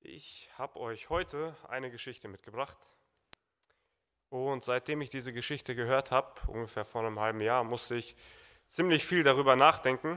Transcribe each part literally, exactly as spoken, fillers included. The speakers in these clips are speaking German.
Ich habe euch heute eine Geschichte mitgebracht und seitdem ich diese Geschichte gehört habe, ungefähr vor einem halben Jahr, musste ich ziemlich viel darüber nachdenken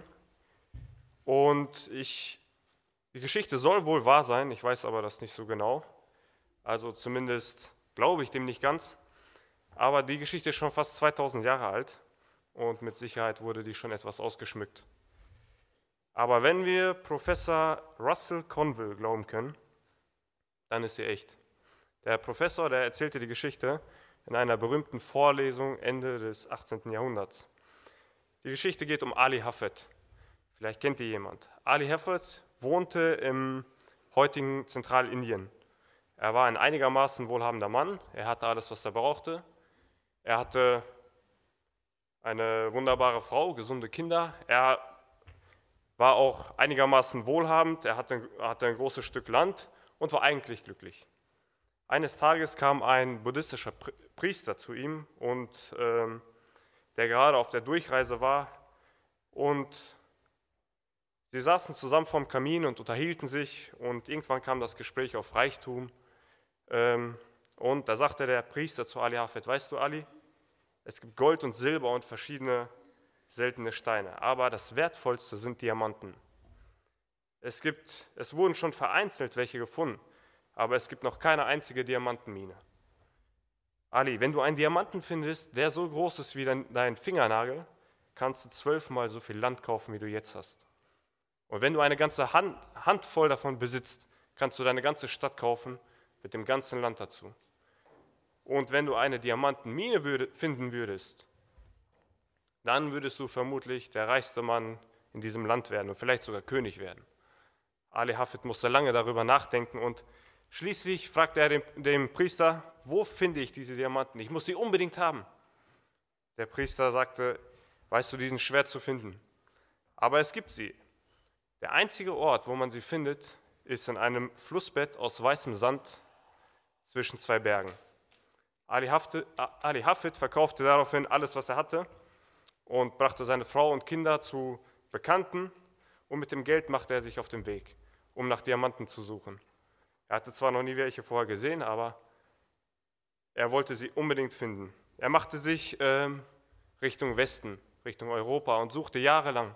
und ich, die Geschichte soll wohl wahr sein, ich weiß aber das nicht so genau, also zumindest glaube ich dem nicht ganz, aber die Geschichte ist schon fast zweitausend Jahre alt und mit Sicherheit wurde die schon etwas ausgeschmückt. Aber wenn wir Professor Russell Conwell glauben können, dann ist sie echt. Der Professor, der erzählte die Geschichte in einer berühmten Vorlesung Ende des achtzehnten. Jahrhunderts. Die Geschichte geht um Ali Hafed. Vielleicht kennt ihr jemand. Ali Hafed wohnte im heutigen Zentralindien. Er war ein einigermaßen wohlhabender Mann. Er hatte alles, was er brauchte. Er hatte eine wunderbare Frau, gesunde Kinder. Er war auch einigermaßen wohlhabend. Er hatte, hatte ein großes Stück Land und war eigentlich glücklich. Eines Tages kam ein buddhistischer Priester zu ihm, und ähm, der gerade auf der Durchreise war, und sie saßen zusammen vorm Kamin und unterhielten sich, und irgendwann kam das Gespräch auf Reichtum, ähm, und da sagte der Priester zu Ali Hafed: Weißt du, Ali, es gibt Gold und Silber und verschiedene seltene Steine, aber das Wertvollste sind Diamanten. Es gibt, es wurden schon vereinzelt welche gefunden, aber es gibt noch keine einzige Diamantenmine. Ali, wenn du einen Diamanten findest, der so groß ist wie dein, dein Fingernagel, kannst du zwölfmal so viel Land kaufen, wie du jetzt hast. Und wenn du eine ganze Hand, Handvoll davon besitzt, kannst du deine ganze Stadt kaufen mit dem ganzen Land dazu. Und wenn du eine Diamantenmine würde, finden würdest, dann würdest du vermutlich der reichste Mann in diesem Land werden und vielleicht sogar König werden. Ali Hafed musste lange darüber nachdenken, und schließlich fragte er den, den Priester: Wo finde ich diese Diamanten? Ich muss sie unbedingt haben. Der Priester sagte: Weißt du, die sind schwer zu finden, aber es gibt sie. Der einzige Ort, wo man sie findet, ist in einem Flussbett aus weißem Sand zwischen zwei Bergen. Ali Hafed, Ali Hafed verkaufte daraufhin alles, was er hatte, und brachte seine Frau und Kinder zu Bekannten, und mit dem Geld machte er sich auf den Weg, um nach Diamanten zu suchen. Er hatte zwar noch nie welche vorher gesehen, aber er wollte sie unbedingt finden. Er machte sich ähm, Richtung Westen, Richtung Europa, und suchte jahrelang.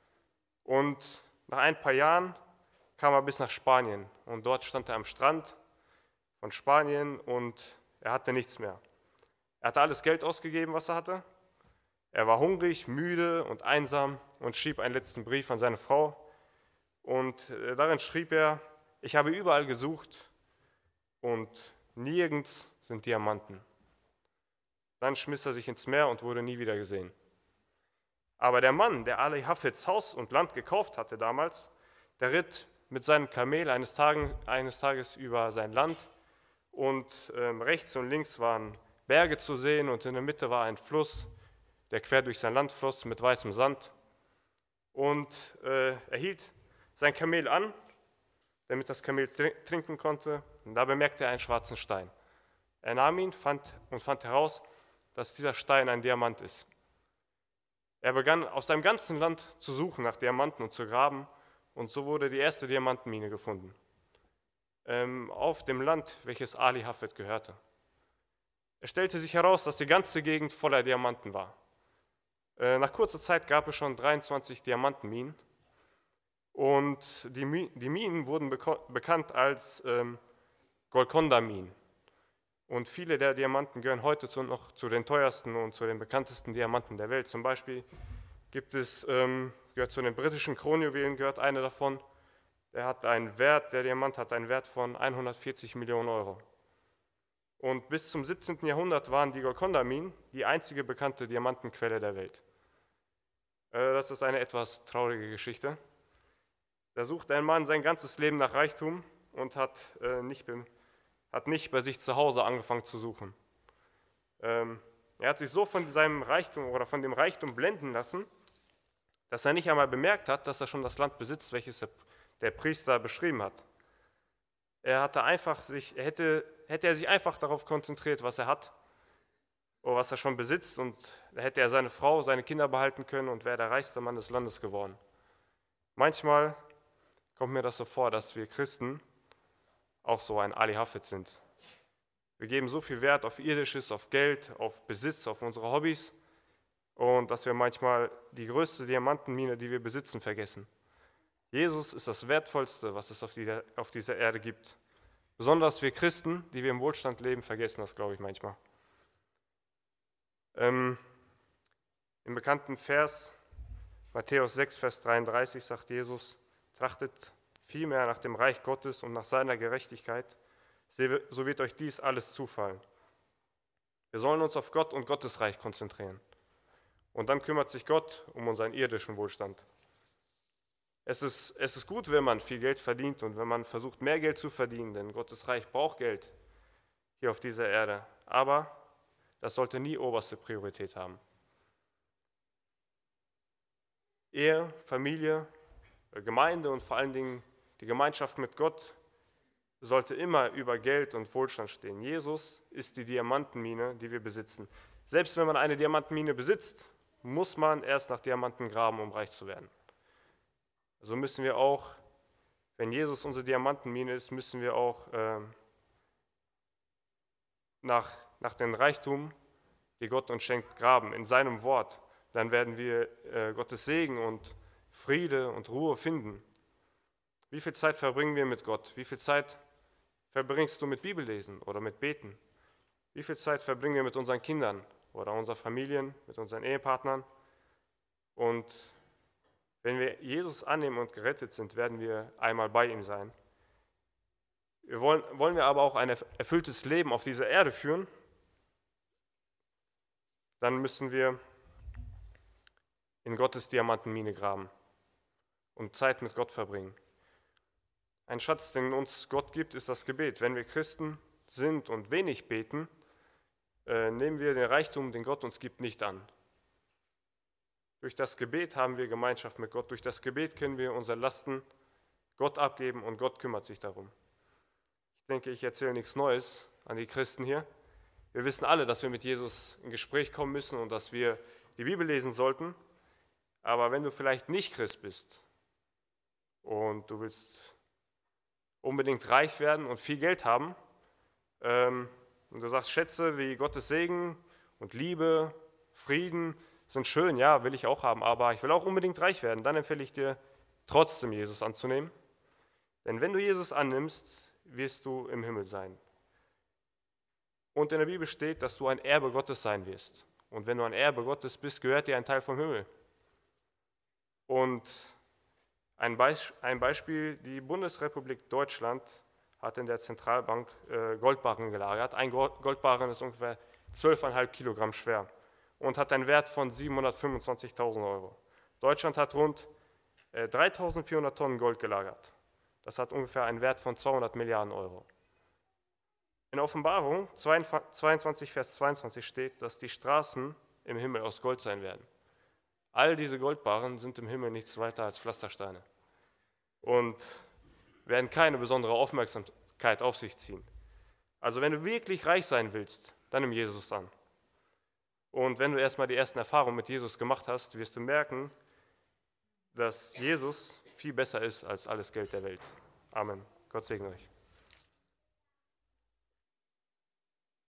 Und nach ein paar Jahren kam er bis nach Spanien, und dort stand er am Strand von Spanien, und er hatte nichts mehr. Er hatte alles Geld ausgegeben, was er hatte. Er war hungrig, müde und einsam und schrieb einen letzten Brief an seine Frau. Und darin schrieb er: Ich habe überall gesucht und nirgends sind Diamanten. Dann schmiss er sich ins Meer und wurde nie wieder gesehen. Aber der Mann, der Ali Hafeds Haus und Land gekauft hatte damals, der ritt mit seinem Kamel eines, Tagen, eines Tages über sein Land, und ähm, rechts und links waren Berge zu sehen, und in der Mitte war ein Fluss, der quer durch sein Land floss mit weißem Sand. Und äh, er hielt sein Kamel an, damit das Kamel trinken konnte, und da bemerkte er einen schwarzen Stein. Er nahm ihn fand, und fand heraus, dass dieser Stein ein Diamant ist. Er begann auf seinem ganzen Land zu suchen nach Diamanten und zu graben, und so wurde die erste Diamantenmine gefunden, ähm, auf dem Land, welches Ali Hafed gehörte. Es stellte sich heraus, dass die ganze Gegend voller Diamanten war. Äh, nach kurzer Zeit gab es schon dreiundzwanzig Diamantenminen, und die, die Minen wurden bekannt als ähm, Golconda-Minen. Und viele der Diamanten gehören heute zu, noch zu den teuersten und zu den bekanntesten Diamanten der Welt. Zum Beispiel gibt es, ähm, gehört zu den britischen Kronjuwelen, gehört eine davon. Der hat einen Wert, der Diamant hat einen Wert von hundertvierzig Millionen Euro. Und bis zum siebzehnten. Jahrhundert waren die Golconda-Minen die einzige bekannte Diamantenquelle der Welt. Äh, das ist eine etwas traurige Geschichte. Da sucht ein Mann sein ganzes Leben nach Reichtum und hat äh, nicht, hat nicht bei sich zu Hause angefangen zu suchen. Ähm, er hat sich so von seinem Reichtum oder von dem Reichtum blenden lassen, dass er nicht einmal bemerkt hat, dass er schon das Land besitzt, welches der, der Priester beschrieben hat. Er hatte einfach sich, er hätte, hätte er sich einfach darauf konzentriert, was er hat oder was er schon besitzt, und da hätte er seine Frau, seine Kinder behalten können und wäre der reichste Mann des Landes geworden. Manchmal kommt mir das so vor, dass wir Christen auch so ein Ali Hafid sind. Wir geben so viel Wert auf Irdisches, auf Geld, auf Besitz, auf unsere Hobbys und dass wir manchmal die größte Diamantenmine, die wir besitzen, vergessen. Jesus ist das Wertvollste, was es auf dieser, auf dieser Erde gibt. Besonders wir Christen, die wir im Wohlstand leben, vergessen das, glaube ich, manchmal. Ähm, Im bekannten Vers, Matthäus sechs, Vers dreiunddreißig, sagt Jesus, trachtet vielmehr nach dem Reich Gottes und nach seiner Gerechtigkeit, so wird euch dies alles zufallen. Wir sollen uns auf Gott und Gottes Reich konzentrieren. Und dann kümmert sich Gott um unseren irdischen Wohlstand. Es ist, es ist gut, wenn man viel Geld verdient und wenn man versucht, mehr Geld zu verdienen, denn Gottes Reich braucht Geld hier auf dieser Erde. Aber das sollte nie oberste Priorität haben. Ehe, Familie, Gemeinde und vor allen Dingen die Gemeinschaft mit Gott sollte immer über Geld und Wohlstand stehen. Jesus ist die Diamantenmine, die wir besitzen. Selbst wenn man eine Diamantenmine besitzt, muss man erst nach Diamanten graben, um reich zu werden. So müssen wir auch, wenn Jesus unsere Diamantenmine ist, müssen wir auch äh, nach, nach den Reichtum, die Gott uns schenkt, graben, in seinem Wort. Dann werden wir äh, Gottes Segen und Friede und Ruhe finden. Wie viel Zeit verbringen wir mit Gott? Wie viel Zeit verbringst du mit Bibellesen oder mit Beten? Wie viel Zeit verbringen wir mit unseren Kindern oder unseren Familien, mit unseren Ehepartnern? Und wenn wir Jesus annehmen und gerettet sind, werden wir einmal bei ihm sein. Wir wollen, wollen wir aber auch ein erfülltes Leben auf dieser Erde führen, dann müssen wir in Gottes Diamantenmine graben und Zeit mit Gott verbringen. Ein Schatz, den uns Gott gibt, ist das Gebet. Wenn wir Christen sind und wenig beten, äh, nehmen wir den Reichtum, den Gott uns gibt, nicht an. Durch das Gebet haben wir Gemeinschaft mit Gott. Durch das Gebet können wir unsere Lasten Gott abgeben und Gott kümmert sich darum. Ich denke, ich erzähle nichts Neues an die Christen hier. Wir wissen alle, dass wir mit Jesus in Gespräch kommen müssen und dass wir die Bibel lesen sollten. Aber wenn du vielleicht nicht Christ bist und du willst unbedingt reich werden und viel Geld haben, ähm, und du sagst, Schätze wie Gottes Segen und Liebe, Frieden sind schön, ja, will ich auch haben, aber ich will auch unbedingt reich werden, dann empfehle ich dir, trotzdem Jesus anzunehmen. Denn wenn du Jesus annimmst, wirst du im Himmel sein. Und in der Bibel steht, dass du ein Erbe Gottes sein wirst. Und wenn du ein Erbe Gottes bist, gehört dir ein Teil vom Himmel. Und ein, Beisp- ein Beispiel, die Bundesrepublik Deutschland hat in der Zentralbank äh, Goldbarren gelagert. Ein Goldbarren ist ungefähr zwölf Komma fünf Kilogramm schwer und hat einen Wert von siebenhundertfünfundzwanzigtausend Euro. Deutschland hat rund äh, dreitausendvierhundert Tonnen Gold gelagert. Das hat ungefähr einen Wert von zweihundert Milliarden Euro. In Offenbarung zweiundzwanzig, Vers zweiundzwanzig steht, dass die Straßen im Himmel aus Gold sein werden. All diese Goldbarren sind im Himmel nichts weiter als Pflastersteine und werden keine besondere Aufmerksamkeit auf sich ziehen. Also wenn du wirklich reich sein willst, dann nimm Jesus an. Und wenn du erstmal die ersten Erfahrungen mit Jesus gemacht hast, wirst du merken, dass Jesus viel besser ist als alles Geld der Welt. Amen. Gott segne euch.